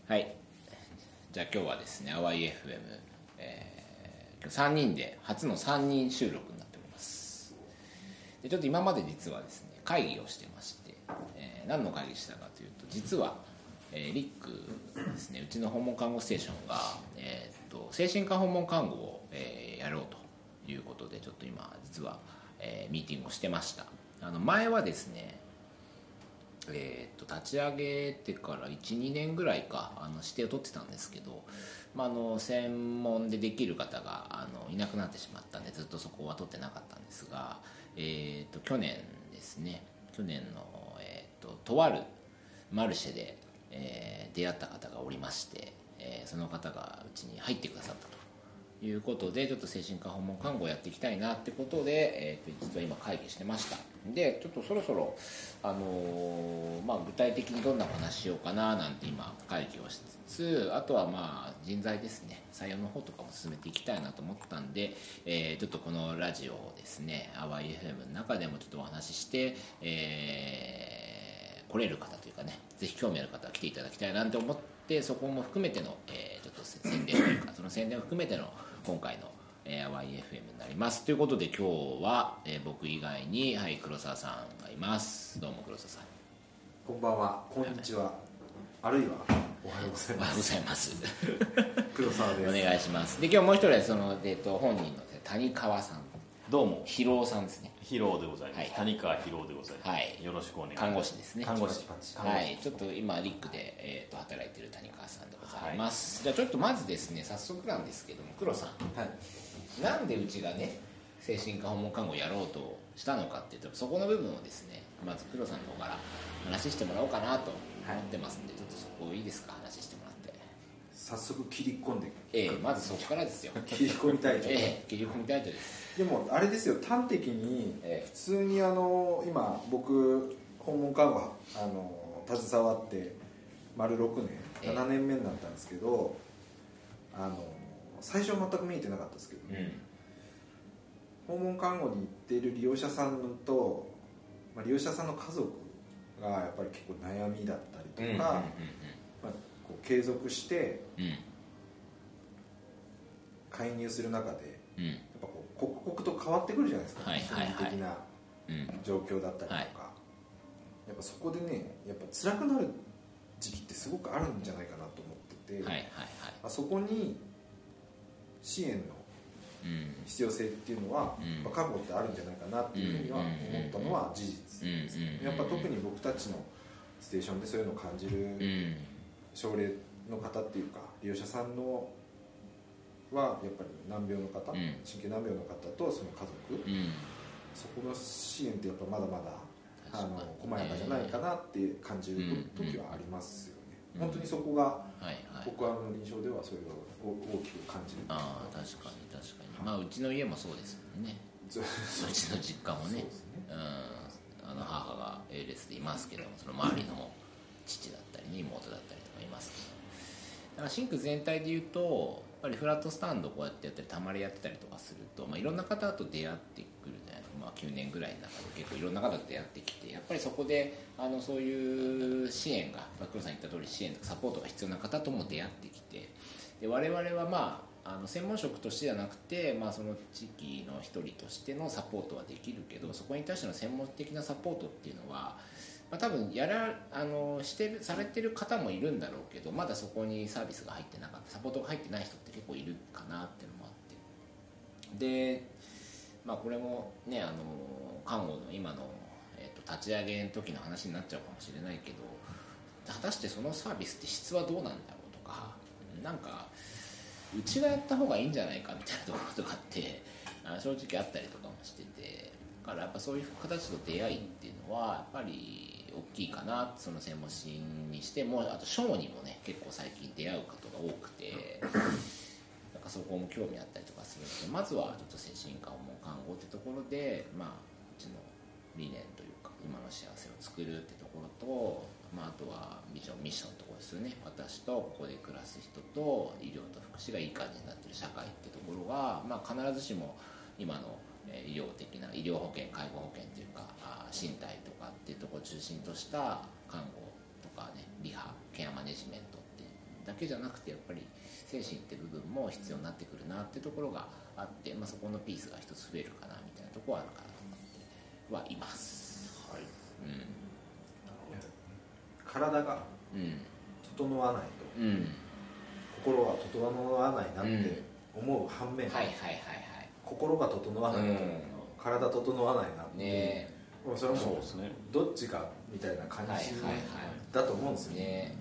はい。じゃあ今日はですね、AwaiFM、今日3人で、初の3人収録になっております。で、ちょっと今まで実はですね、会議をしてまして、何の会議したかというと、実は、リックですね、うちの訪問看護ステーションが、精神科訪問看護を、やろうということで、ちょっと今、実は、ミーティングをしてました。前はですね、立ち上げてから12年ぐらいか指定を取ってたんですけど、専門でできる方がいなくなってしまったんでずっとそこは取ってなかったんですが、去年ですね、去年の、とあるマルシェで、出会った方がおりまして、その方がうちに入ってくださったということで、ちょっと精神科訪問看護をやっていきたいなってことで、実は今会議してました。でちょっとそろそろ、具体的にどんなお話しようかななんて今会議をしつつ、あとは人材ですね、採用の方とかも進めていきたいなと思ったんで、ちょっとこのラジオをですね、AwaiFM の中でもちょっとお話しして、来れる方というかね、ぜひ興味ある方は来ていただきたいなと思って、そこも含めての、ちょっと宣伝というか、その宣伝を含めての今回のAwaiFM になります。ということで今日は、僕以外に、はい、黒沢さんがいます。どうも黒沢さん。 こんばんは、こんにちは、あるいはおはようございます。 おはようございます。 黒沢です。 お願いします。で今日もう一人は本人の谷川さん、 どうも広尾さんですね。 広尾でございます、 はい、 谷川広尾でございます、 はい、 よろしくお願いします。 看護師ですね。 看護師、 はい、ちょっと今リックで、働いている谷川さんでございます、はい、じゃあちょっとまずですね、早速なんですけども、黒さん、はい、なんでうちがね精神科訪問看護をやろうとしたのかっていうと、そこの部分をですね、まず黒さんの方から話してもらおうかなと思ってますんで、はい、ちょっとそこいいですか、話してもらって。 早速切り込んで、 まずそこからですよ。 切り込みたいと、 切り込みたいとです。 でもあれですよ、端的に、普通に今僕訪問看護携わって丸6年、7年目になったんですけど、最初は全く見えてなかったですけど、訪問看護に行っている利用者さんと、利用者さんの家族がやっぱり結構悩みだったりとか、こう継続して介入する中で、やっぱこう刻々と変わってくるじゃないですか、心理的な状況だったりとか、やっぱそこでね、やっぱ辛くなる時期ってすごくあるんじゃないかなと思ってて、そこに支援の必要性っていうのは、看護ってあるんじゃないかなっていうふうには思ったのは事実です。やっぱ特に僕たちのステーションでそういうのを感じる症例の方っていうか、利用者さんのはやっぱり難病の方、神経難病の方とその家族、そこの支援ってやっぱまだまだ細やかじゃないかなって感じる時はありますよね。本当にそこが、僕は臨床ではそれを大きく感じる。 確かに確かに、うちの家もそうですもんね。うちの実家もね、母が ALS でいますけども、その周りの父だったり妹だったりとかいますけど、だからシンク全体でいうと、やっぱりフラットスタンドこうやってやったりたまりやってたりとかすると、いろんな方と出会ってくるね、9年ぐらいの中で結構いろんな方と出会ってきて、やっぱりそこでそういう支援が、黒さん言った通り支援とかサポートが必要な方とも出会ってきて、で我々は専門職としてじゃなくて、その地域の一人としてのサポートはできるけど、そこに対しての専門的なサポートっていうのは、多分されてる方もいるんだろうけど、まだそこにサービスが入ってなかった、サポートが入ってない人って結構いるかなっていうのもあって、でこれもね、看護の今の、立ち上げの時の話になっちゃうかもしれないけど、果たしてそのサービスって質はどうなんだろうとか、なんかうちがやった方がいいんじゃないかみたいなところとかって正直あったりとかもしてて、だからやっぱそういう形と出会いっていうのはやっぱり大きいかな。その専門士にしても、あと小にもね結構最近出会う方が多くて、なんかそこも興味あったりとかするので、まずはちょっと精神科訪問看護ってところで、うちの理念というか今の幸せを作るってところと、あとはビジョンミッションのところですよね。私とここで暮らす人と医療と福祉がいい感じになってる社会ってところが、必ずしも今の医療的な医療保険、介護保険というか身体とかっていうところを中心とした看護とかね、リハケアマネジメントってだけじゃなくてやっぱり精神って部分も必要になってくるなってところがあって、そこのピースが一つ増えるかなみたいなところはあるかなと思ってはいます。 はい。 体が整わないと、心は整わないなって思う反面、心が整わないと、体整わないなって、ね、それはもうどっちかみたいな感じだと思うんですよね。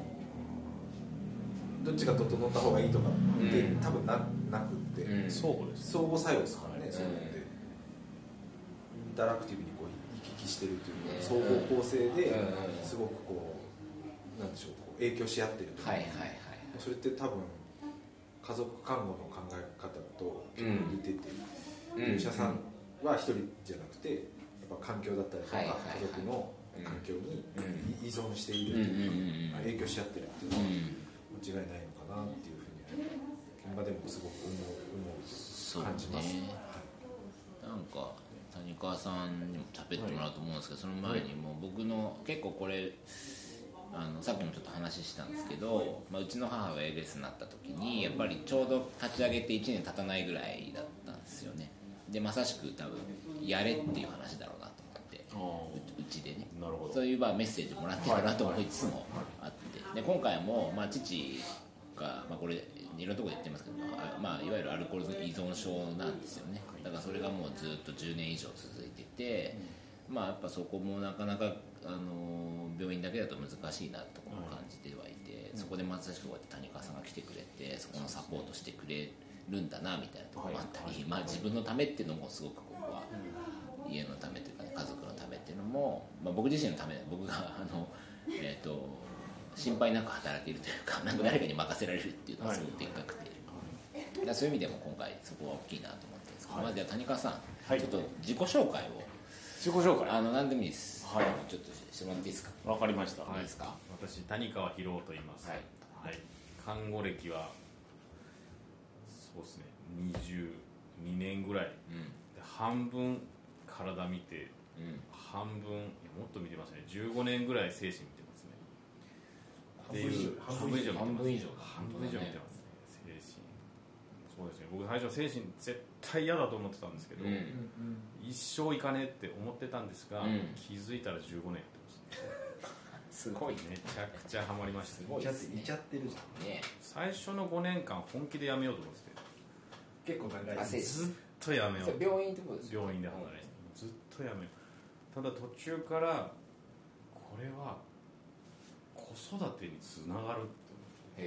どっちが整った方がいいとかって多分なくって、相互作用ですからね。それってインタラクティブにこう行き来してるというか、相互構成ですごくこうなんでしょう、こう影響し合ってるとか、それって多分家族看護の考え方と結構似てて、お医者さんは一人じゃなくてやっぱ環境だったりとか家族の環境に依存しているというか、影響し合ってるっていうのは間違いないのかなっていうふうに現場でもすごく思う感じます。 なんか谷川さんにも喋ってもらうと思うんですけど、その前にも僕の結構これさっきもちょっと話したんですけど、うちの母が ALS になった時にやっぱりちょうど立ち上げて1年経たないぐらいだったんですよね。でまさしく多分やれっていう話だろうなと思って、うちでね、そういうメッセージもらってるなと思いつつもあって、で今回も父が、これいろんなところで言ってますけど、いわゆるアルコール依存症なんですよね。だからそれがもうずっと10年以上続いてて、やっぱそこもなかなか病院だけだと難しいなと感じてはいて、そこでまさしくこうやって谷川さんが来てくれてそこのサポートしてくれるんだなみたいなところもあったり、自分のためっていうのもすごくここは家のためというか、家族のためっていうのも、僕自身のため、僕が心配なく働けるというか、なんか誰かに任せられるっていうのがすごくでっかくて、そういう意味でも今回そこは大きいなと思ってるんですけど、まずは谷川さん、ちょっと自己紹介を。何でもいいです。ちょっとしてもらっていいですか。 わかりました。 いいですか。 私谷川博夫と言います。看護歴はそうですね、22年ぐらい。半分体見て、半分もっと見てますね。15年ぐらい精神見てますね。半分以上見てますね。精神。そうですね。僕最初精神絶対嫌だと思ってたんですけど、一生いかねえって思ってたんですが、気づいたら15年やってましたすごい。 めちゃくちゃハマりました。 すごいですね。いちゃってるじゃんね。 最初の5年間本気でやめようと思ってて、結構長い。 ずっとやめよう。 病院ってことですか。 病院で働いてずっとやめよう。ただ途中からこれは子育てにつながるって思って、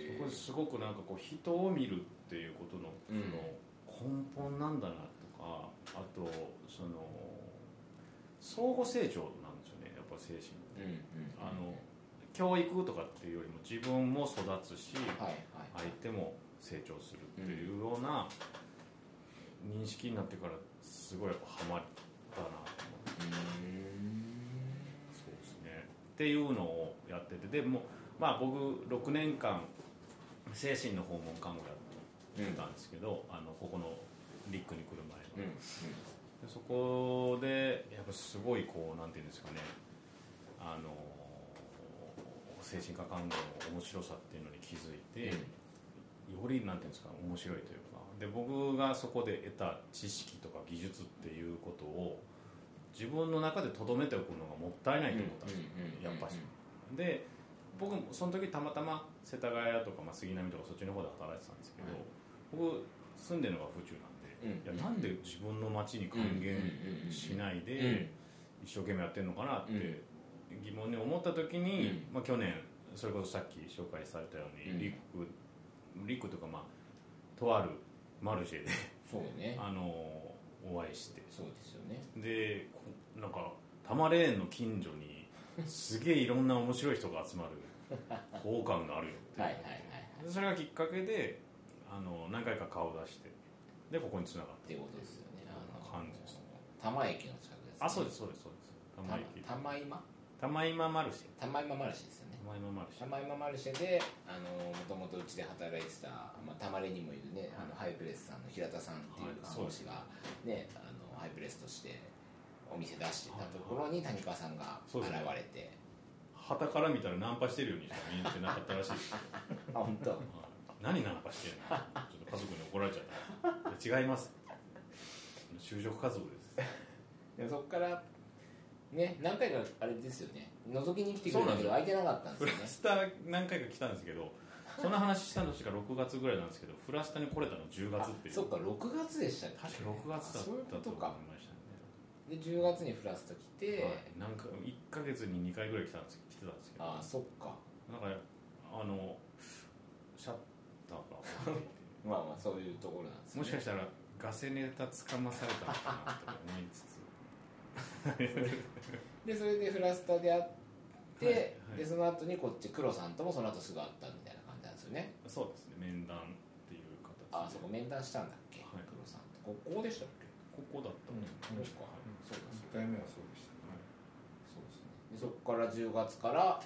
そこですごくなんかこう人を見るっていうことのその根本なんだなとか、あとその相互成長なんですよね、やっぱ精神って。教育とかっていうよりも自分も育つし、相手も成長するっていうような認識になってからすごいハマったなと思って、そうですねっていうのをやってて、でも僕6年間精神の訪問看護やってたんですけど、ここのリックに来る前の、でそこでやっぱすごいこうなんていうんですかね、精神科看護の面白さっていうのに気づいて、よりなんていうんですか面白いというか、で僕がそこで得た知識とか技術っていうことを自分の中で留めておくのがもったいないと思ったんですよ、やっぱし。で僕もその時たまたま世田谷とか杉並とかそっちの方で働いてたんですけど、僕住んでるのが府中なんで、いやなんで自分の町に還元しないで一生懸命やってるのかなって疑問に思った時に、去年それこそさっき紹介されたように、リックとかとあるマルシェでそうねお会いして、 そうですよね。 でなんか多摩レーンの近所にすげえいろんな面白い人が集まる交換があるよってでそれがきっかけで何回か顔を出して、でここに繋がってってことですよね。 感じです。 多摩駅の近くですね。 そうです多摩駅。多摩今マルシェ。 多摩今マルシェですよね。多摩今マルシェでもともとうちで働いてた、多摩レにもいるね、ハイプレスさんの平田さんっていう看護師がね、ハイプレスとしてお店出してたところに谷川さんが現れて、 旗から見たらナンパしてるようにしか見えてなかったらしいです。 あ、本当。 何ナンパしてるの？ちょっと家族に怒られちゃった。違います。就職活動です。 でそこからね、何回かあれですよね、覗きに来てくれたけど空いてなかったんですよね。 フラスタ何回か来たんですけど、その話したのが6月ぐらいなんですけど、フラスタに来れたの10月っていう。 そっか、6月でしたね。 確か6月だったと思いましたね。 で10月にフラスタ来て、 はい、なんか1ヶ月に2回ぐらい来てたんですけど、 ああ、そっか。 なんかシャッターがまあまあそういうところなんですね。 もしかしたらガセネタつかまされたのかなと思いつつでそれでフラスタで会って、 はいはい、 でその後にこっち黒さんともその後すぐ会ったみたいな感じなんですよね。 そうですね、面談っていう形で。 ああ、そこ面談したんだっけ、はい、黒さんと。ここでしたっけ？ ここだったんですか、 確か、そうです。 1回目はそうでしたね、 はい、そうですね。でそこから10月から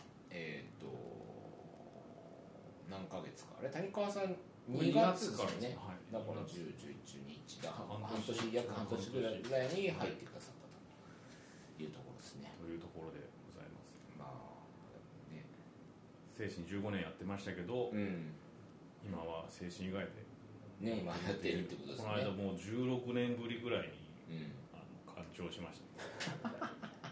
何ヶ月か、あれ谷川さん2月ですよね、はい、だから10、11、12だ半年、約半年ぐらいに入ってくださったというところですね。 というところでございます。 まあね、 精神15年やってましたけど、今は精神以外でね、今やってるってことですね。 この間もう16年ぶりぐらいに、完聴しました。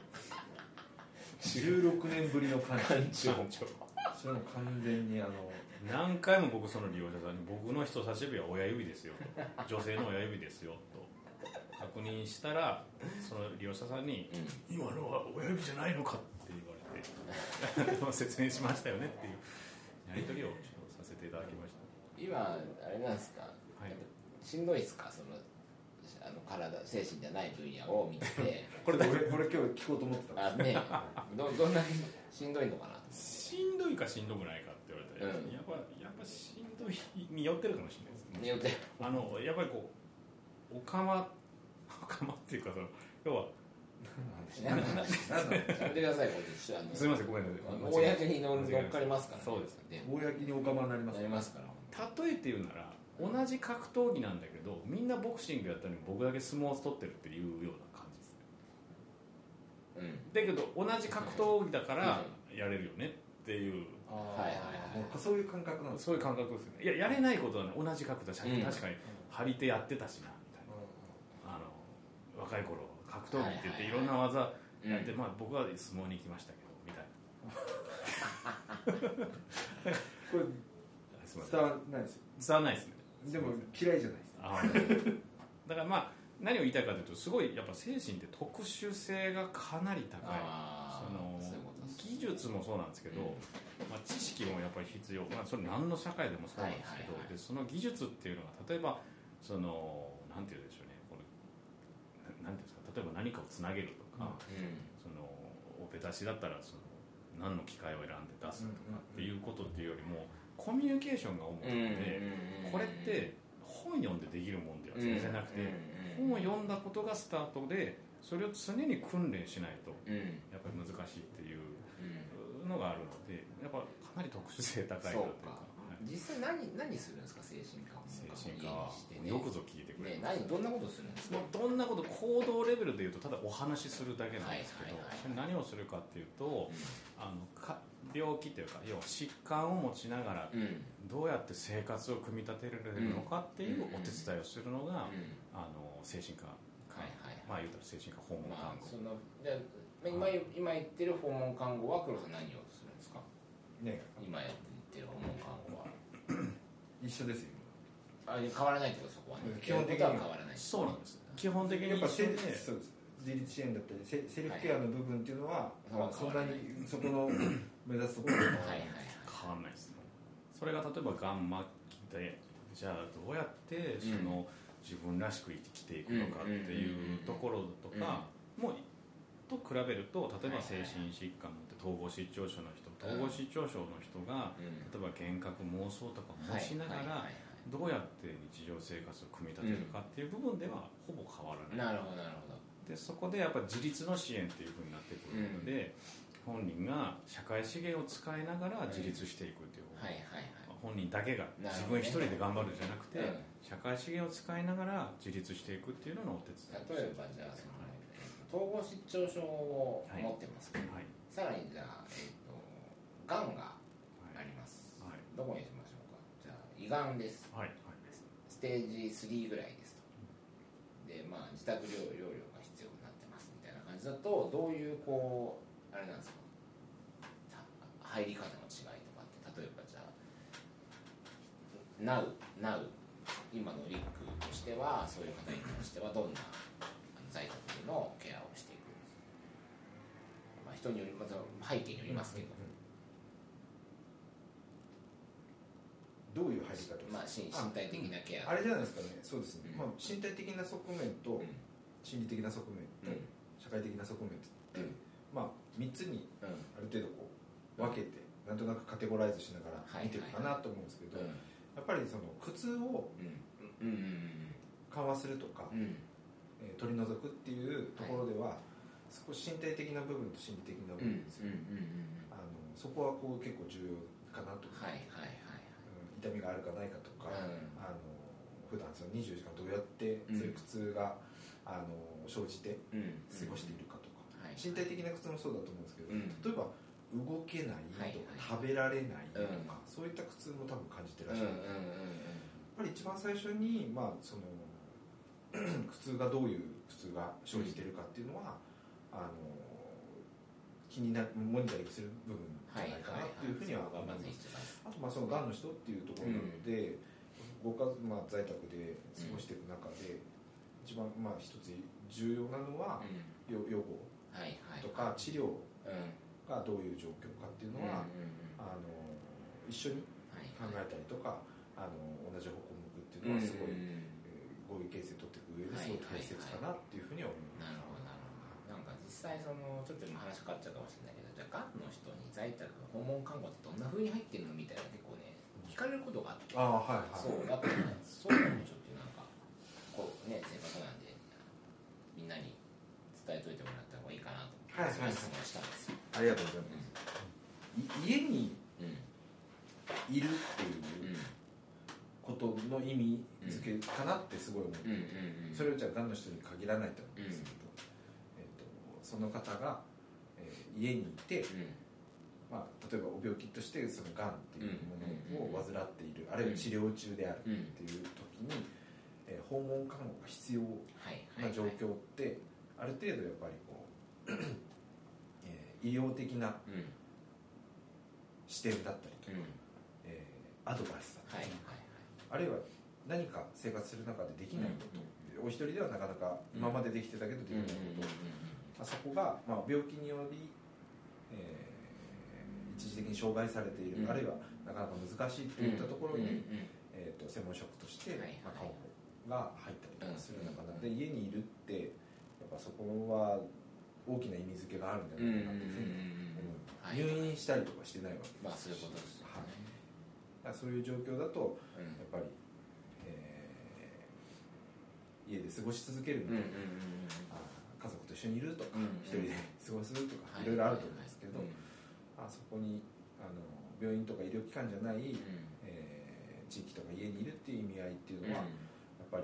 16年ぶりの完聴。それも完全に何回も僕その利用者さんに、僕の人差し指は親指ですよと、女性の親指ですよと確認したら、その利用者さんに、今のは親指じゃないのかって言われて説明しましたよねっていうやり取りをちょっとさせていただきました。 今あれなんですか、はい、やっぱしんどいですか、その精神じゃない分野を見てこれ今日聞こうと思ってたんですね。どんなにしんどいのかな。 しんどいかしんどくないかって言われたら、やっぱしんどいに寄ってるかもしれないですね。 によってやっぱりこうおかまっていうか、要は何の話やめてください。 すみません、ごめんなさい。 公に乗っかりますからね。 そうですね。公におかまになりますから。 例えて言うなら、同じ格闘技なんだけど、みんなボクシングやったのに僕だけ相撲を取ってるっていうような感じですね。だけど同じ格闘技だからやれるよねっていう、 そういう感覚なんですか。 そういう感覚ですね。いや、やれないことは、ね、同じ格闘技、確かに張り手やってたしなみたいな、若い頃格闘技って言っていろんな技やって、僕は相撲に行きましたけどみたいなこれ伝わらないですよ。 伝わらないですね。 でも嫌いじゃないです。 だから何を言いたいかというと、すごいやっぱ精神って特殊性がかなり高い。技術もそうなんですけど、知識もやっぱり必要、それ何の社会でもそうなんですけど、でその技術っていうのは、例えばなんていうんでしょうね、なんていうんですか、例えば何かをつなげるとか、オペ出しだったら何の機械を選んで出すとかっていうことっていうよりも、コミュニケーションが主なので、これって本読んでできるもんでは全然なくて、本を読んだことがスタートで、それを常に訓練しないとやっぱり難しいっていうのがあるので、やっぱかなり特殊性高いなというか。 実際何するんですか、精神科は。 精神科はよくぞ聞いてくれます。どんなことするんですか。 どんなこと、行動レベルでいうとただお話しするだけなんですけど、それ何をするかっていうと、病気というか、要は疾患を持ちながらどうやって生活を組み立てられるのかっていうお手伝いをするのが精神科、言うたら精神科訪問看護。 今言ってる訪問看護は黒さん何をするんですか。今やってる訪問看護は一緒ですよ。 変わらないってこと、そこはね。 基本的には変わらない。 そうなんです。基本的にやっぱ自立支援だったりセルフケアの部分っていうのは、そんなにそこの目指すところは変わらないですね。それが例えばがん末期で、じゃあどうやって自分らしく生きていくのかっていうところとかもと比べると、例えば精神疾患って統合失調症の人、統合失調症の人が例えば幻覚妄想とかを持ちながらどうやって日常生活を組み立てるかっていう部分ではほぼ変わらない。 なるほどなるほど。 でそこでやっぱり自立の支援っていうふうになってくるので、本人が社会資源を使いながら自立していくっていう、本人だけが自分一人で頑張るじゃなくて、社会資源を使いながら自立していくっていうののお手伝い。 例えばじゃあ統合失調症を持ってますけど、さらにじゃあ、 がんがあります、はい、どこにしましょうか。じゃあ胃がんです、はいはい、ステージ3ぐらいですと。でまあ自宅療養が必要になってますみたいな感じだと、どういうこうあれなんですか、入り方の違いとかって、例えばじゃあ Now 今のリックとしては、そういう方に関してはどんな在宅でのケアをしていくんですか。まあ、人によります、背景によりますけど、 どういう入り方ですか。 まあ、身体的なケア、 あれじゃないですかね。そうですね、まあ、身体的な側面と、心理的な側面と、社会的な側面って、まあ、3つにある程度こう分けて、なんとなくカテゴライズしながら見てるかなと思うんですけど、やっぱりその苦痛を緩和するとか、取り除くっていうところでは、少し身体的な部分と心理的な部分ですよね。そこはこう結構重要かなと。痛みがあるかないかとか、普段その24時間どうやってそういう苦痛が生じて過ごしているかとか、身体的な苦痛もそうだと思うんですけど、例えば動けないとか、食べられないとか、そういった苦痛も多分感じてらっしゃる。やっぱり一番最初に、まあ、その苦痛がどういう苦痛が生じているかっていうのは、気になるモニタリングする部分じゃないかなっていうふうには思います。あとまあそのがんの人っていうところなので、ご家族、まあ、在宅で過ごしていく中で、一番まあ一つ重要なのは、予防とか治療がどういう状況かっていうのは、一緒に考えたりとか、同じ方向を向くっていうのはすごい、合意形成取っていく上ですごい大切かなっていうふうには思います。 なるほどなるほど。なんか実際そのちょっと今話変わっちゃうかもしれないけど、じゃあがんの人に在宅訪問看護ってどんな風に入ってるのみたいな結構ね聞かれることがあって、そうやっぱり、そういうのもちょっとなんかこうね、せっかくなんでみんなに伝えといてもらった方がいいかなと思って、質問したんですよ。 ありがとうございます。家にいるっていうことの意味付けかなってすごい思って、それをじゃあがんの人に限らないと思うんですけど、その方が、家にいて、まあ、例えばお病気としてそのがんっていうものを患っている、あるいは治療中であるっていう時に、訪問看護が必要な状況って、ある程度やっぱりこう医療的な視点だったりとか、アドバイスだったりとか、あるいは何か生活する中でできないこと、お一人ではなかなか今までできてたけどできないこと、そこが、まあ、病気により、一時的に障害されている、あるいはなかなか難しいといったところに、専門職として、まあ、看護が入ったりとかするのかな。で家にいるってやっぱそこは大きな意味付けがあるんじゃないかなというふうに思う。入院したりとかしてないわけです。 まあそういうことですよね。 そういう状況だとやっぱり、家で過ごし続けるのと、家族と一緒にいるとか、一人で過ごすとか、いろいろあると思うんですけど、そこに病院とか医療機関じゃない、地域とか家にいるっていう意味合いっていうのは、やっぱり、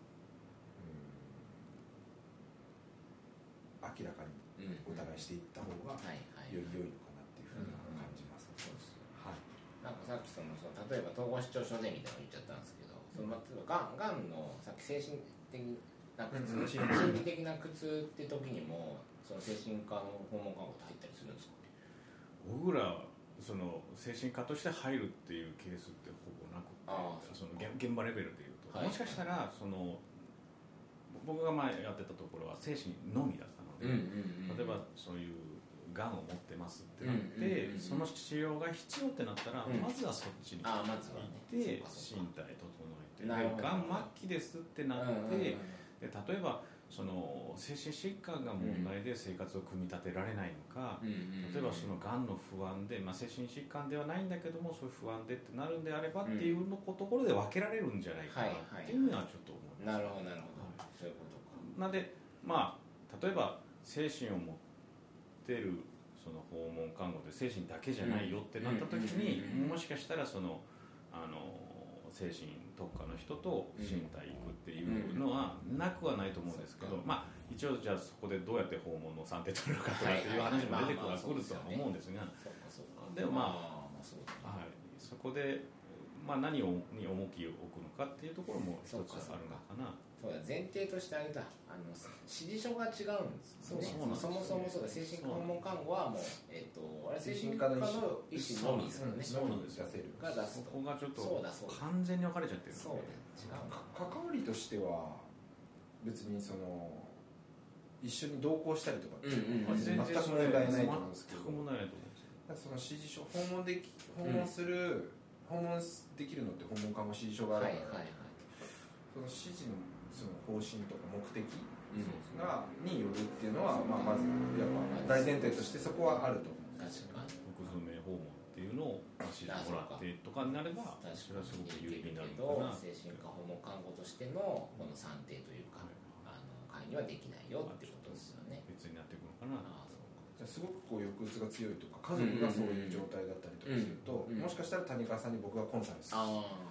明らかにお互いしていった方がより良いのかなっていうふうに感じます。 なんかさっきその例えば統合失調症でみたいなの言っちゃったんですけど、そのがんのさっき精神的な苦痛、心理的な苦痛って時にもその精神科の訪問看護って入ったりするんですか。 僕らその精神科として入るっていうケースってほぼなくて、その現場レベルでいうと、もしかしたらその僕が前やってたところは精神のみだったので、例えばそういうがんを持ってますってなって、その治療が必要ってなったら、まずはそっちに行って身体整えて、がん末期ですってなって、で例えばその精神疾患が問題で生活を組み立てられないのか、例えばそのがんの不安で、精神疾患ではないんだけどもそういう不安でってなるんであればっていうのところで分けられるんじゃないかなっていうのはちょっと思います。 なるほどなるほど、そういうことか。 なんで例えば精神を持ってるその訪問看護で精神だけじゃないよってなった時に、もしかしたらその精神特化の人と身体行くっていうのはなくはないと思うんですけど、一応じゃあそこでどうやって訪問の算定取るのかとかっていう話も出てくるとは思うんですが、 でもそこで、何に重きを置くのかっていうところも一つあるのかな。 そうだ、前提としてあれだ、指示書が違うんですよね。そもそもそうだ、精神科訪問看護はもう、あれ精神科の医師のみですよね。 そうなんです、出せる。 そこがちょっと完全に分かれちゃってる。 そうだ、違う。 関わりとしては別にその一緒に同行したりとかって全く問題ないと思うんですけど、その指示書訪問できるのって訪問看護指示書があるから、その指示のその方針とか目的によるっていうのは、まずやっぱ大前提としてそこはあると思うんですよ。 複数名訪問っていうのを指示もらってとかになれば、それはすごく有利になるのかな。 精神科訪問看護としてのこの算定というか、介入はできないよっていうことですよね。 別になっていくのかな。 すごく抑うつが強いとか、家族がそういう状態だったりとかすると、もしかしたら谷川さんに僕がコンサルする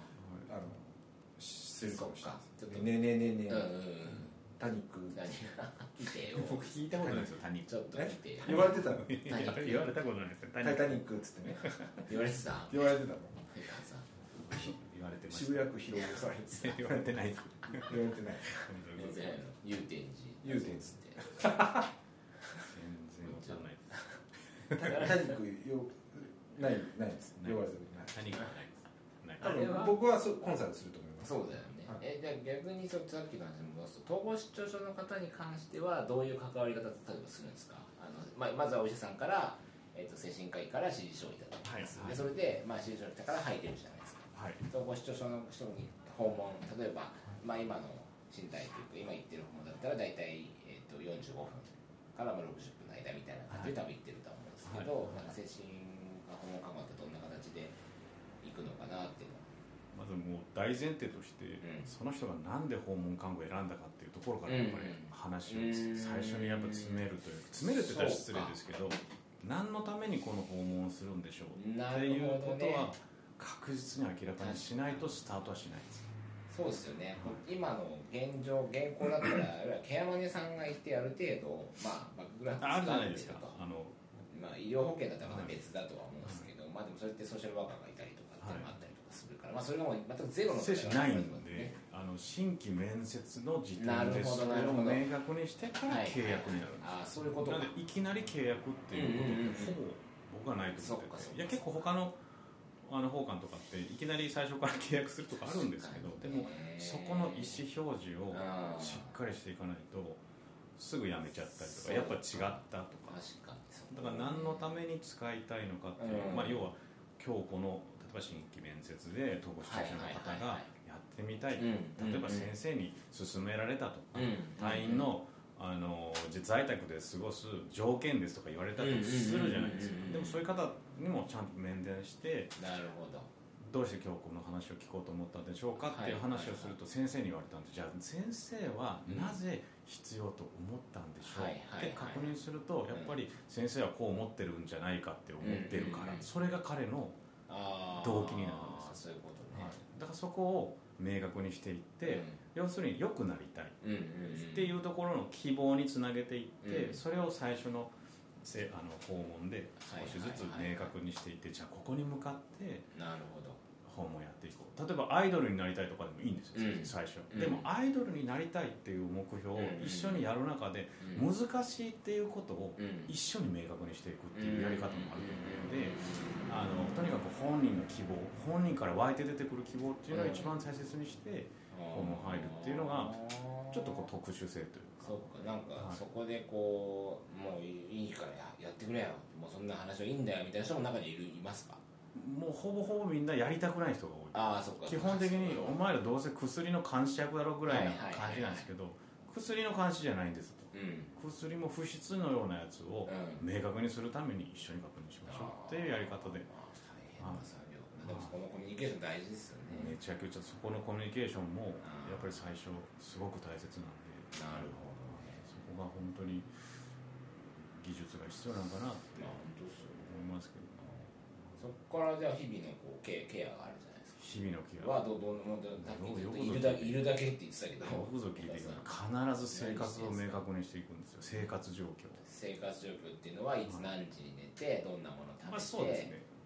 かもしれない。ねえタニック僕聞いたことないですよ。タニックちょっと来て言われてたの。 言われたことないですよ。 タイタニックっつってね言われてた言われてたの。 言われてました。 渋谷区広尾さん言われてないです。 言われてない。 祐天寺祐天寺って全然わかんないです。 タニックないです。言われてない。 タニックないです。僕はコンサルすると思います。 そうだよね。じゃあ逆にさっきの話に戻すと、統合失調症の方に関してはどういう関わり方を例えばするんですか。まずはお医者さんから、精神科医から指示書をいただきます、でそれで、指示書をいただから吐いてるじゃないですか、統合失調症の人に訪問、例えば、今の身体というか今言ってる訪問だったら大体、45分から60分の間みたいな感じで多分言ってると思うんですけど、なんか精神科訪問看護ってどんな形で行くのかなっていうのは。 まずもう大前提として、その人がなんで訪問看護を選んだかっていうところからやっぱり話を最初にやっぱ詰めるというか、詰めるって言ったら失礼ですけど、何のためにこの訪問をするんでしょうっていうことは確実に明らかにしないとスタートはしないです。 そうですよね。今の現行だったらケアマネさんがいてある程度バックグラウンドあるじゃないですか。 医療保険だったらまた別だとは思うんですけど、でもそれってソーシャルワーカーがいたりとかっていうのもあったりとかするから、それがもう全くゼロの精神ないんで、新規面接の時点でそれを明確にしてから契約になるんです。 そういうこと。 なのでいきなり契約っていうことってほぼ僕はないと思ってて、いや結構他の法官とかっていきなり最初から契約するとかあるんですけど、でもそこの意思表示をしっかりしていかないとすぐやめちゃったりとか、やっぱ違ったとか、だから何のために使いたいのかっていう、要は今日この例えば新規面接で統合失調症の方がやってみたい、例えば先生に勧められたとか、退院の在宅で過ごす条件ですとか言われたりするじゃないですか。でもそういう方にもちゃんと面談して、どうして今日この話を聞こうと思ったんでしょうかっていう話をすると、先生に言われたんで、じゃあ先生はなぜ必要と思ったんでしょうって確認すると、やっぱり先生はこう思ってるんじゃないかって思ってるから、それが彼の動機になるんです。だからそこを明確にしていって、要するに良くなりたいっていうところの希望につなげていって、それを最初の訪問で少しずつ明確にしていって、じゃあここに向かって訪問やっていこう。例えばアイドルになりたいとかでもいいんですよ、最初。でもアイドルになりたいっていう目標を一緒にやる中で、難しいっていうことを一緒に明確にしていくっていうやり方もあると思うので、とにかく本人の希望、本人から湧いて出てくる希望っていうのを一番大切にして訪問入るっていうのがちょっとこう特殊性というか。 そうか、なんかそこでこう、もういいからやってくれよ、もうそんな話はいいんだよみたいな人も中にいますか。 もうほぼほぼみんなやりたくない人が多い。 そうか。 基本的にお前らどうせ薬の監視役だろぐらいな感じなんですけど、薬の監視じゃないんですと、薬も不質のようなやつを明確にするために一緒に確認しましょうっていうやり方で。 大変な作業。でもそこのコミュニケーション大事ですよね。 めちゃくちゃそこのコミュニケーションもやっぱり最初すごく大切なんで。 なるほどね。 そこが本当に技術が必要なのかなって思いますけど。 そこからじゃあ日々のこうケアがあるじゃないですか。 日々のケアはいるだけって言ってたけど、 よくぞ聞いてください。必ず生活を明確にしていくんですよ。生活状況っていうのはいつ何時に寝てどんなものを食べて、 そうですね。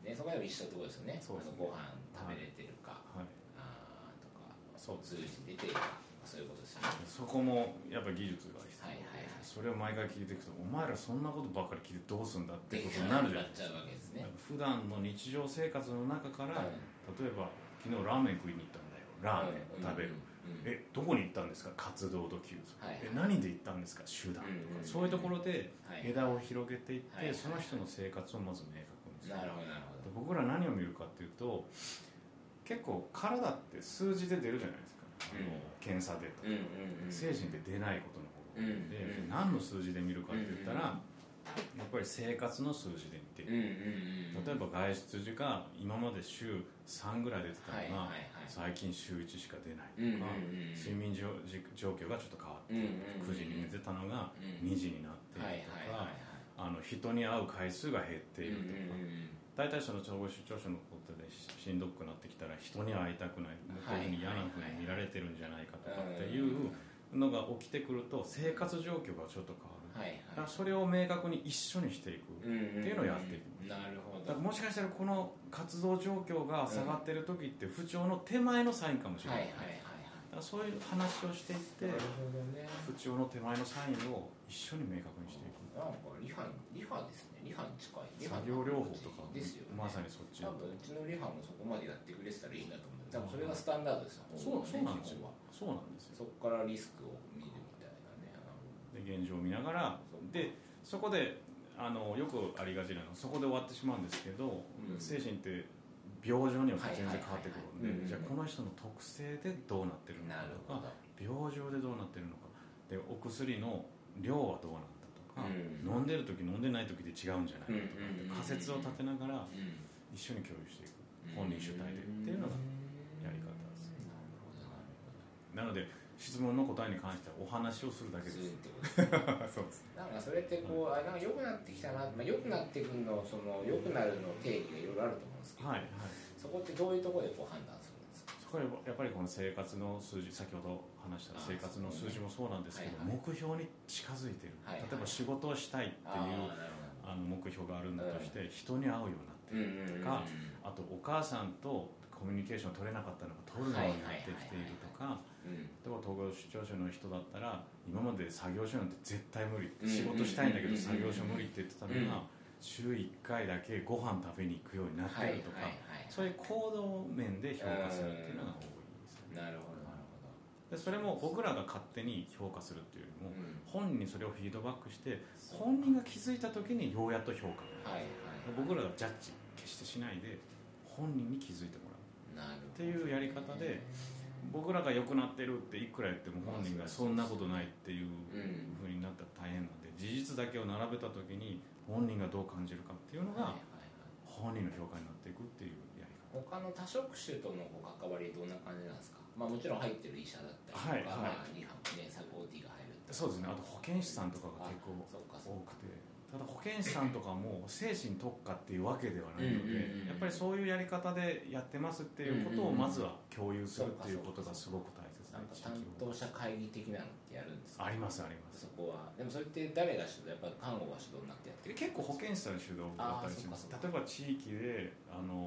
ね、そこでも一緒ってことですよね。 そうですね、 ご飯食べれてるか、 はい、 とかそう通じててそういうことですよね。 そこもやっぱり技術が必要、 はいはいはい、 それを毎回聞いていくとお前らそんなことばっかり聞いてどうすんだってことになるじゃないですか。普段の日常生活の中から、例えば昨日ラーメン食いに行ったんだよ、ラーメン食べる、どこに行ったんですか、活動と休息、何で行ったんですか、手段とか、そういうところで枝を広げていって、その人の生活をまず明確にする。僕ら何を見るかっていうと、結構体って数字で出るじゃないですか、検査でとか、精神で出ないことの方が多いので、何の数字で見るかって言ったら、やっぱり生活の数字で見ている。例えば外出時が今まで週3ぐらい出てたのが最近週1しか出ないとか、睡眠状況がちょっと変わっている、9時に寝てたのが2時になっているとか、人に会う回数が減っているとか、大体その統合失調症のことでしんどくなってきたら人に会いたくない、こういうふうに嫌なふうに見られてるんじゃないかとかっていうのが起きてくると、生活状況がちょっと変わる。だからそれを明確に一緒にしていくっていうのをやっていく。 なるほど。 だからもしかしたらこの活動状況が下がってる時って不調の手前のサインかもしれない。だからそういう話をしていって、不調の手前のサインを一緒に明確にしていく。 なんかリハですね。リハに近い。 作業療法とかですよね。 まさにそっち。 多分うちのリハもそこまでやってくれてたらいいなと思って。多分それがスタンダードですよ。 そうなんですよ。そうなんですよ。 そこからリスクを見るみたいなね。 で現状を見ながら、でそこでよくありがちなのそこで終わってしまうんですけど、精神って病状によって全然変わってくるので、じゃあこの人の特性でどうなってるのかとか、病状でどうなってるのかで、お薬の量はどうなんだとか、飲んでる時飲んでない時で違うんじゃないかとか仮説を立てながら一緒に共有していく、本人主体でっていうのがやり方です。なので質問の答えに関してはお話をするだけです。 そうです。なんかそれってこう、なんか良くなってきたな、良くなっていくの、その良くなるの定義がいろいろあると思うんですけど、そこってどういうところでこう判断するんですか。 そこはやっぱりこの生活の数字、先ほど話した生活の数字もそうなんですけど、目標に近づいている。例えば仕事をしたいっていう目標があるんだとして、人に会うようになっているとか、あとお母さんとコミュニケーションを取れなかったのが取るようになってきているとか、例えば統合失調症の人だったら今まで作業所なんて絶対無理、仕事したいんだけど作業所無理って言ってたのが、週1回だけご飯食べに行くようになってるとか、そういう行動面で評価するっていうのが多いですよね。 なるほどなるほど。 でそれも僕らが勝手に評価するっていうよりも、本人にそれをフィードバックして本人が気づいた時にようやっと評価が、僕らがジャッジ決してしないで本人に気づいてもらうっていうやり方で、僕らが良くなってるっていくら言っても本人がそんなことないっていう風になったら大変なんで、事実だけを並べた時に本人がどう感じるかっていうのが本人の評価になっていくっていうやり方。 他の多職種との関わりどんな感じなんですか。もちろん入ってる医者だったりとか、リハもね、サポーティが入る。 そうですね。あと保健師さんとかが結構多くて、ただ保健師さんとかも精神特化っていうわけではないので、やっぱりそういうやり方でやってますっていうことをまずは共有するっていうことがすごく大切です。 担当者会議的なのってやるんですか。 ありますあります。 そこはでもそれって誰が主導、やっぱり看護が主導になってやってる。 結構保健師さん主導だったりします。例えば地域で例え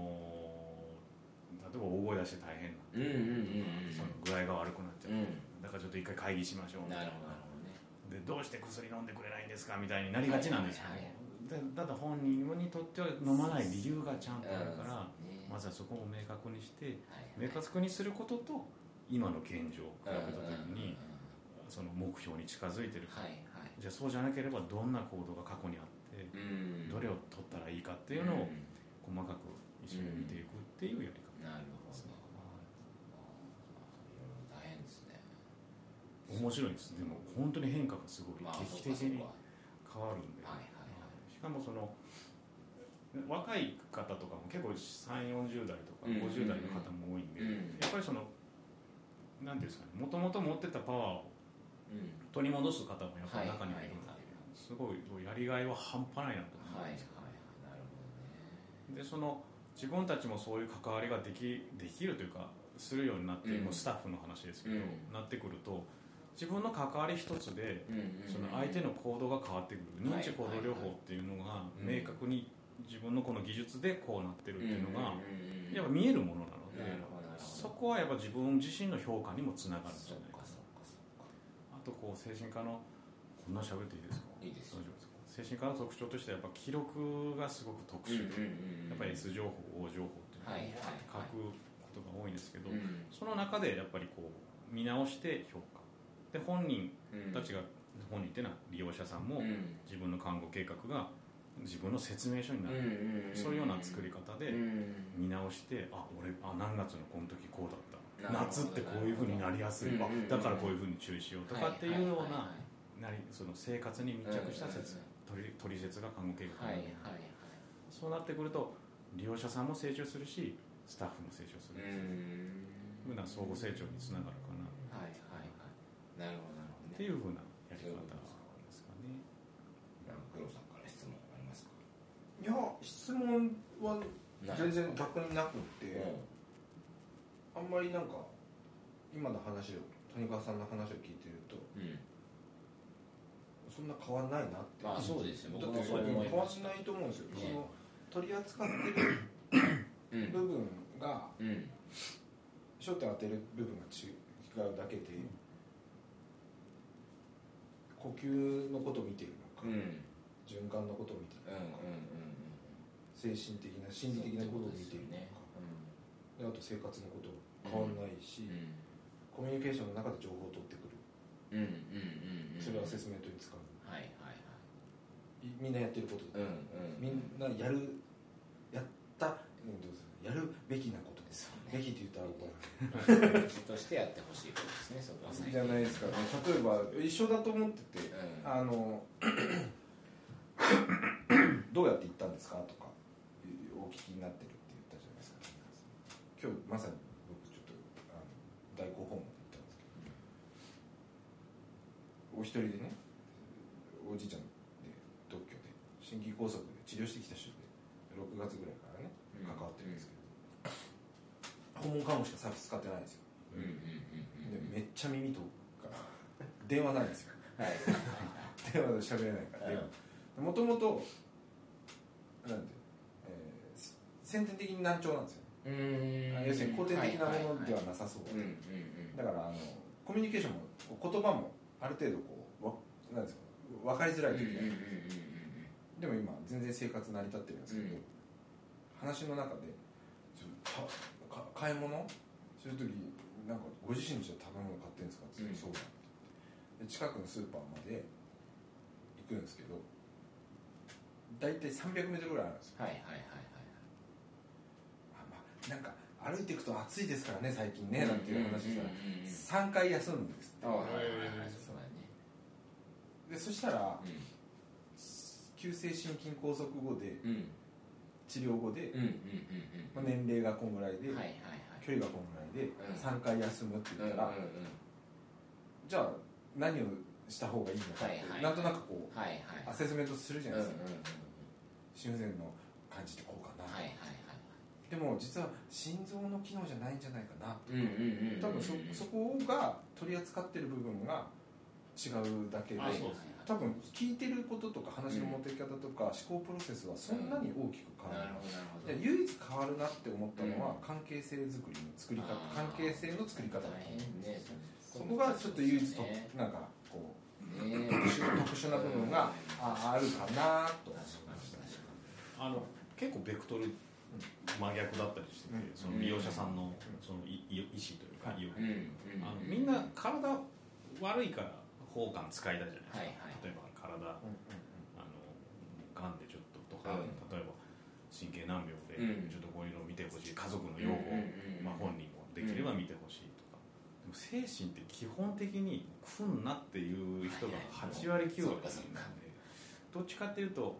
ば大声出して大変な、その具合が悪くなっちゃう、だからちょっと一回会議しましょうみたいな。でどうして薬飲んでくれないんですかみたいになりがちなんですけど、ただ本人にとっては飲まない理由がちゃんとあるから、まずはそこを明確にして、明確にすることと今の現状を比べた時にその目標に近づいてるか、じゃあそうじゃなければどんな行動が過去にあってどれを取ったらいいかっていうのを細かく一緒に見ていくっていうやり方。 なるほど。大変ですね。 面白いです。でも本当に変化がすごい劇的に変わるんで、しかもその若い方とかも結構3、40代とか50代の方も多いんで、やっぱりそのなんていうんですかね、もともと持ってたパワーを取り戻す方もやっぱり中にはいるので、すごいやりがいは半端ないなと思うんです。でその自分たちもそういう関わりができるというかするようになって、もうスタッフの話ですけど、なってくると自分の関わり一つでその相手の行動が変わってくる。認知行動療法っていうのが明確に自分のこの技術でこうなってるっていうのがやっぱ見えるものなので、そこはやっぱ自分自身の評価にもつながるんじゃないかな。あとこう精神科のこんな喋っていいですか？ いいですよ。 精神科の特徴としてはやっぱ記録がすごく特殊で、やっぱり S 情報 O 情報っていうのを書くことが多いんですけど、その中でやっぱりこう見直して評価で、本人たちが、本人っていうのは利用者さんも自分の看護計画が自分の説明書になる、そういうような作り方で見直して、俺何月のこの時こうだった、夏ってこういうふうになりやすい、だからこういうふうに注意しようとかっていうような、その生活に密着した取説が看護計画になる、そうなってくると利用者さんも成長するしスタッフも成長するふうな相互成長につながるかな、 なるほどなるほど、 っていうふうなやり方ですかね。 黒さんから質問ありますか？ いや、質問は全然逆になくて、あんまりなんか今の話を谷川さんの話を聞いてると、そんな変わんないなって。 そうですよ。 だって変わんないと思うんですよ。その取り扱ってる部分が、焦点を当てる部分が違うだけで、呼吸のことを見てるのか、循環のことを見てるのか、精神的な心理的なことを見ているのか、であと生活のこと変わんないし、コミュニケーションの中で情報を取ってくる、それをアセスメントに使う、みんなやってることで、みんなやるべきなことです、べきって言ったら怒られるとしてやってほしいことですね、そこはじゃないですかね。例えば一緒だと思ってて、どうやって行ったんですかとかお聞きになってるって言ったじゃないですか。今日まさに僕ちょっと代行訪問に行ったんですけど、お一人でね、おじいちゃんで独居で心筋梗塞で治療してきた人で6月ぐらいからね関わってるんですけど、訪問看護しかサービス使ってないんですよ。でめっちゃ耳遠くから電話ないんですよ。電話で喋れないから。もともと先天的に難聴なんですよ。要するに後天的なものではなさそうだからコミュニケーションも言葉もある程度こうなんですか、分かりづらい時がある。でも今全然生活成り立ってるんですけど、話の中で買い物する時なんかご自身で食べ物買ってるんですかって言って、そうだって近くのスーパーまで行くんですけど、大体300メートルぐらいあるんですよ。なんか歩いていくと暑いですからね最近ねなんていう話したら3回休むんですって。でそしたら急性心筋梗塞後で治療後で年齢がこんぐらいで距離がこんぐらいで3回休むって言ったら、じゃあ何をした方がいいのかってなんとなくこうアセスメントするじゃないですか。心不全の感じってこうかな、でも実は心臓の機能じゃないんじゃないかなとか、多分そこが取り扱ってる部分が違うだけで、多分聞いてることとか話の持っていき方とか思考プロセスはそんなに大きく変わらない。唯一変わるなって思ったのは関係性作りの作り方、関係性の作り方だと思うんです。そこがちょっと唯一となんかこう特殊な部分があるかなと思いました。 結構ベクトル真逆だったりしてて、その利用者さんのその意思というか意欲、みんな体悪いから包管使いたいじゃないですか。例えば体がんでちょっととか、例えば神経難病でちょっとこういうのを見てほしい、家族の要望を、本人もできれば見てほしいとか、でも精神って基本的に来んなっていう人が8割9割なんで、どっちかっていうと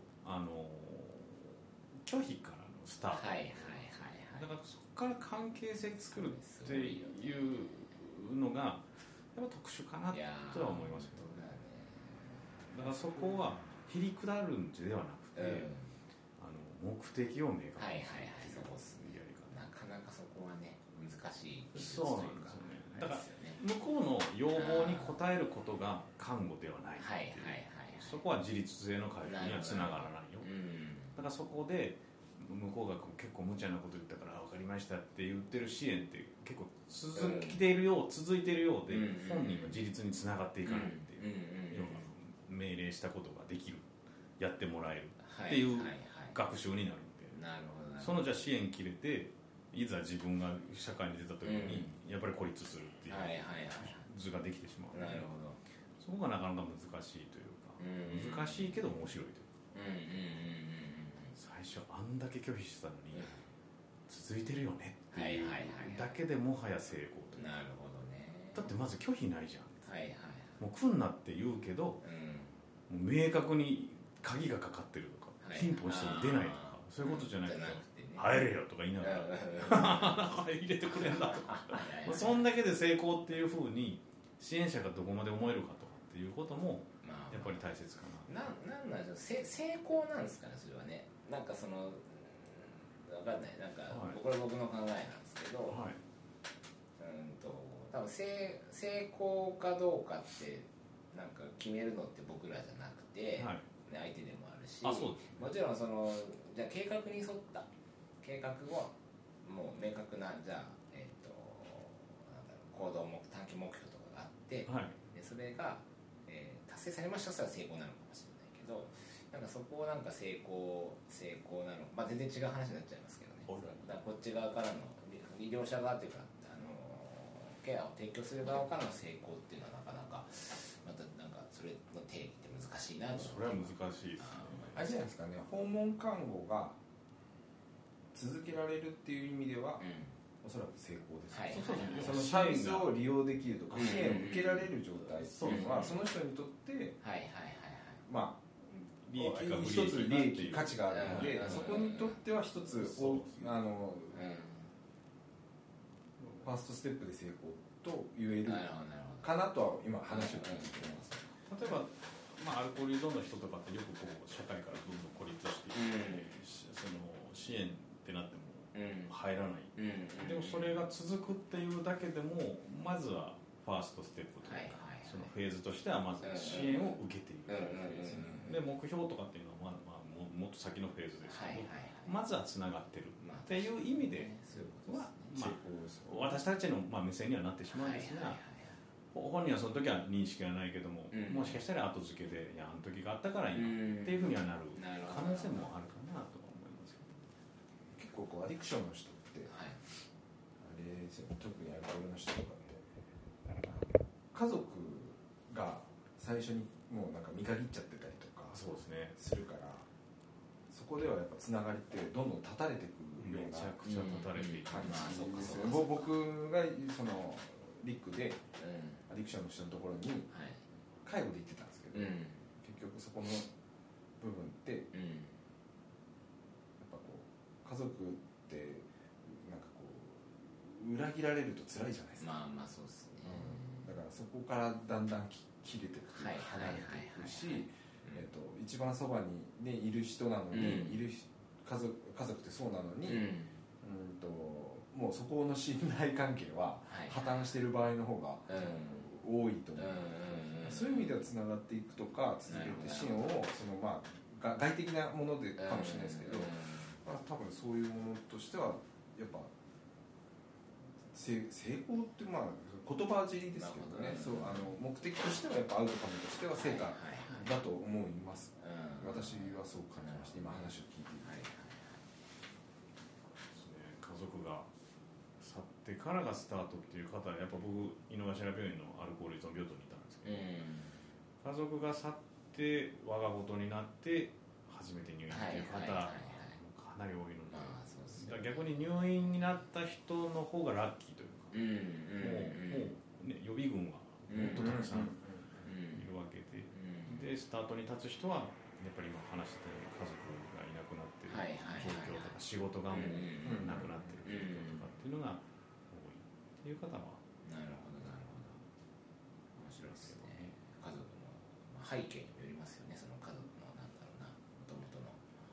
拒否からのスタート、だからそこから関係性作るっていうのがやっぱ特殊かなとは思いますけど、だからそこはへりくだるんではなくて、目的を明確にするっていうやり方、 なかなかそこはね難しい技術というか、だから向こうの要望に応えることが看護ではないっていう、そこは自立性の回復にはつながらないよ、 だからそこで向こうが結構無茶なこと言ったから分かりましたって言ってる支援って結構続いているようで、本人の自立につながっていかないっていうのが命令したことができる、やってもらえるっていう学習になるんで、そのじゃあ支援切れていざ自分が社会に出た時にやっぱり孤立するっていう図ができてしまう。なるほど。そこがなかなか難しいというか、難しいけど面白いというか、最初あんだけ拒否したのに続いてるよねっていうだけでもはや成功という。 なるほどね。 だってまず拒否ないじゃん。もう来んなって言うけど、もう明確に鍵がかかってるとか、ピンポンしても出ないとか、そういうことじゃないとか、入れよとか言いながら入れてくれんだとかそんだけで成功っていうふうに支援者がどこまで思えるかとかっていうこともやっぱり大切かな。 なんなんでしょう、成功なんですかね、それはね。なんかその分かんない、なんか、これ僕の考えなんですけど、多分成功かどうかってなんか決めるのって僕らじゃなくて、相手でもあるし、もちろんそのじゃあ計画に沿った計画はもう明確なじゃあ、なんだろう、行動短期目標とかがあって、でそれが、達成されましたらそれは成功なのかもしれないけど、なんかそこをなんか成功なの、全然違う話になっちゃいますけどね。だからこっち側からの医療者側というかケアを提供する側からの成功っていうのはなかなかまたなんかそれの定義って難しいなと。 それは難しいですね。 あれじゃないですかね、訪問看護が続けられるっていう意味では、おそらく成功です、そのサービスを利用できるとか、支援を受けられる状態っていうのは、その人にとってまあ一つ利益価値があるので、そこにとっては一つファーストステップで成功と言えるかなとは今話を聞いています。 例えば、アルコール依存の人とかってよくこう社会からどんどん孤立していって、その支援ってなっても入らない、でもそれが続くっていうだけでもまずはファーストステップというか、そのフェーズとしてはまず支援を受けていくで、目標とかっていうのはもっと先のフェーズですけど、まずはつながってるっていう意味では私たちの目線にはなってしまうんですが、本人はその時は認識はないけども、もしかしたら後付けでいやあの時があったからいいっていうふうにはなる可能性もあるかなと思いますけど。 結構アディクションの人って、あれ特にアルコールの人とかって家族が最初にもうなんか見限っちゃってたりとかするから、そこではやっぱつながりってどんどん断たれていくようなめちゃくちゃ断たれていく感じですよね。僕がそのリックでアディクションの人のところに介護で行ってたんですけど、結局そこの部分ってやっぱこう家族ってなんかこう裏切られると辛いじゃないですか。 そうですね、 だからそこからだんだん切れていくというか離れていくし、一番そばに、いる人なのに、いる家族ってそうなのに、もうそこの信頼関係は破綻している場合の方が多いと思う。そういう意味ではつながっていくとか続けて支援をその外的なものでかもしれないですけど、多分そういうものとしてはやっぱ成功って言葉尻ですけどね、目的としてはやっぱアウトカムとしては成果だと思います。私はそう感じました、今話を聞いていて。 家族が去ってからがスタートっていう方はやっぱ僕井の頭病院のアルコール依存病棟にいたんですけど、家族が去って我が事になって初めて入院っていう方かなり多いので、逆に入院になった人の方がラッキーというか、もう予備軍はもっとたくさんいるわけで、でスタートに立つ人はやっぱり今話してたように家族がいなくなっている状況とか仕事がもうなくなっている状況とかっていうのが多いっていう方は。 なるほど面白いですね。家族の背景にもよりますよね。その家族のなんだろうな、もともとの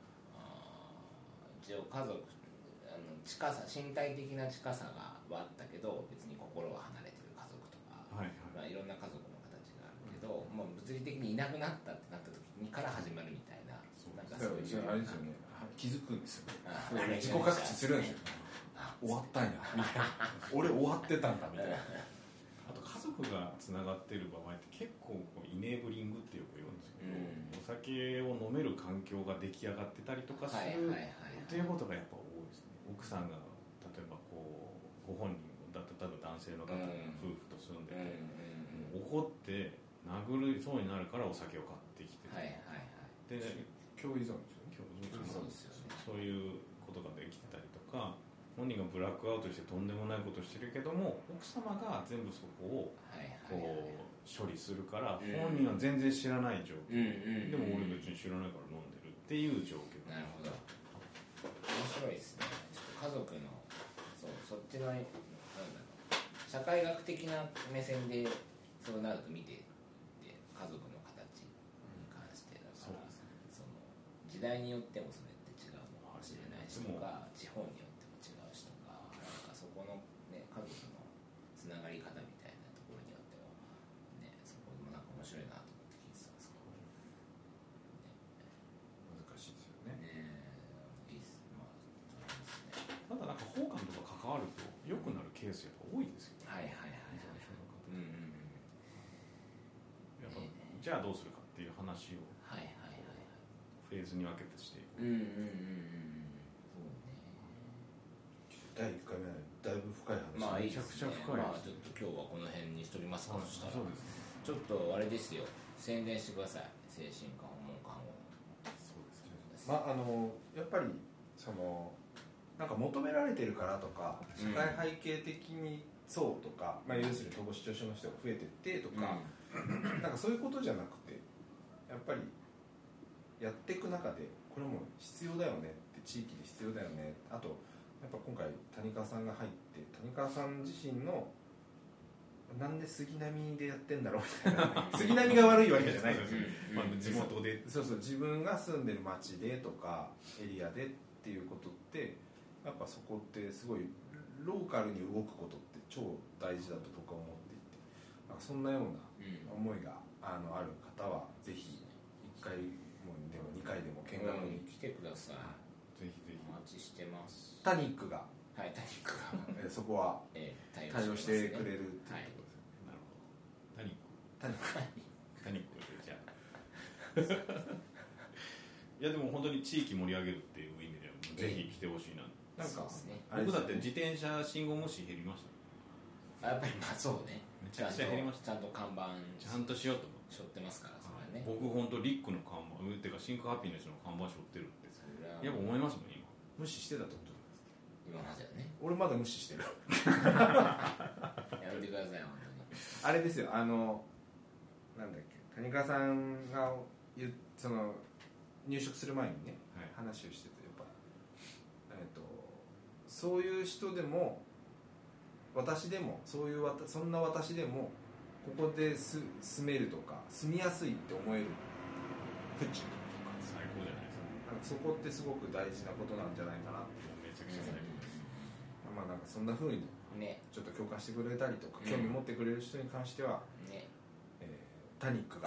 一応家族近さ、身体的な近さがあったけど別に心は離れてる家族とか、いろんな家族の形があるけど、もう物理的にいなくなったってなった時にから始まるみたいな、なんかそういうあれですよね、 気づくんですよね。自己告知するんですよ。終わったんやみたいな、俺終わってたんだみたいな。 あと家族がつながってる場合って結構イネーブリングってよく言うんですけど、お酒を飲める環境が出来上がってたりとかするっていうことがやっぱ多いですね。奥さんが例えばご本人だったら男性の方が夫婦と住んでて、怒って殴るそうになるからお酒を買ってきて、で共依存ですよね。そういうことができてたりとか、本人がブラックアウトしてとんでもないことしてるけども奥様が全部そこを処理するから、本人は全然知らない状況、でも俺別に知らないから飲んでるっていう状況。 なるほど、面白いですね。ちょっと家族のそっちのなんだろう、社会学的な目線でそうなると見て家族の形に関してだから、その時代によってもそれって違うのかもしれないしとか、地方によっても違うしとか、なんかそこの、ね、家族のつながり方みたいなところによっても、ね、そこもなんか面白いなと思って聞いてたんですけど、 難しいですよね。 いいっす、まあそうですね。 ただなんか奉還とか関わると良くなるケースやっぱ多いですよね。やっぱじゃあどうするかっていう話をフェーズに分けてしていく。 第1回目はだいぶ深い話。 まあいいですね。 めちゃくちゃ深いです。 まあちょっと今日はこの辺にしとりますか。そしたらそうですね。 ちょっとあれですよ、宣伝してください。精神科訪問看護。 そうですね。まあやっぱりなんか求められてるからとか、社会背景的にそうとか、まあ要するに統合失調症の人が増えてってとか、なんかそういうことじゃなくて、やっぱりやっていく中でこれも必要だよねって、地域で必要だよね。あとやっぱ今回谷川さんが入って、谷川さん自身のなんで杉並でやってんだろうみたいな杉並が悪いわけじゃないですよ、 地元でそう自分が住んでる町でとかエリアでっていうことって、やっぱそこってすごいローカルに動くことって超大事だと僕は思っていて、なんかそんなような思いがある方はぜひ1回でも2回でも見学に来てください。 ぜひぜひお待ちしてます。 タニックがそこは対応してくれるっていうことですね。 なるほど。タニックでじゃあいやでも本当に地域盛り上げるっていう意味ではぜひ来てほしいな。 なんか僕だって自転車信号無視減りました。 やっぱりまあそうね。 めちゃくちゃ減りました。 ちゃんと看板ちゃんとしようと思って背負ってますからそれね。 僕本当リックの看板っていうかシンクハピネスの看板背負ってるってやっぱ思いますもん今。 無視してたってことですか。 今まではね。 俺まだ無視してるやめてください本当に。 あれですよ、なんだっけ、谷川さんがその入職する前にね、話をしてて、やっぱそういう人でも私でもそんな私でもここで住めるとか住みやすいって思えるプチとか最高じゃないですか。 なんかそこってすごく大事なことなんじゃないかなって。 めちゃくちゃ最高です。 まあなんかそんな風にちょっと共感してくれたりとか、興味持ってくれる人に関しては、タニックが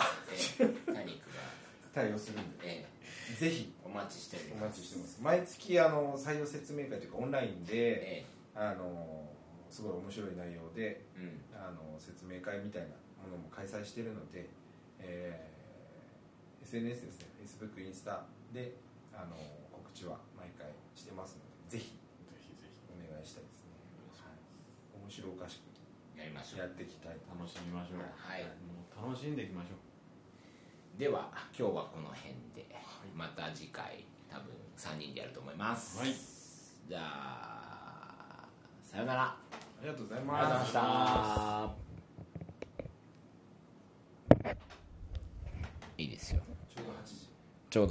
対応するんで、ぜひお待ちしてます。毎月採用説明会というかオンラインで、すごい面白い内容で、説明会みたいなものも開催しているので、SNS ですね、Facebook、インスタで告知は毎回してますので、ぜひお願いしたいですね。面白おかしくやっていきたい。 楽しみましょう。 はい。 もう楽しんでいきましょう。では今日はこの辺で、また次回多分3人でやると思います。 はい。 じゃあさよなら。 ありがとうございます。ありがとうございました。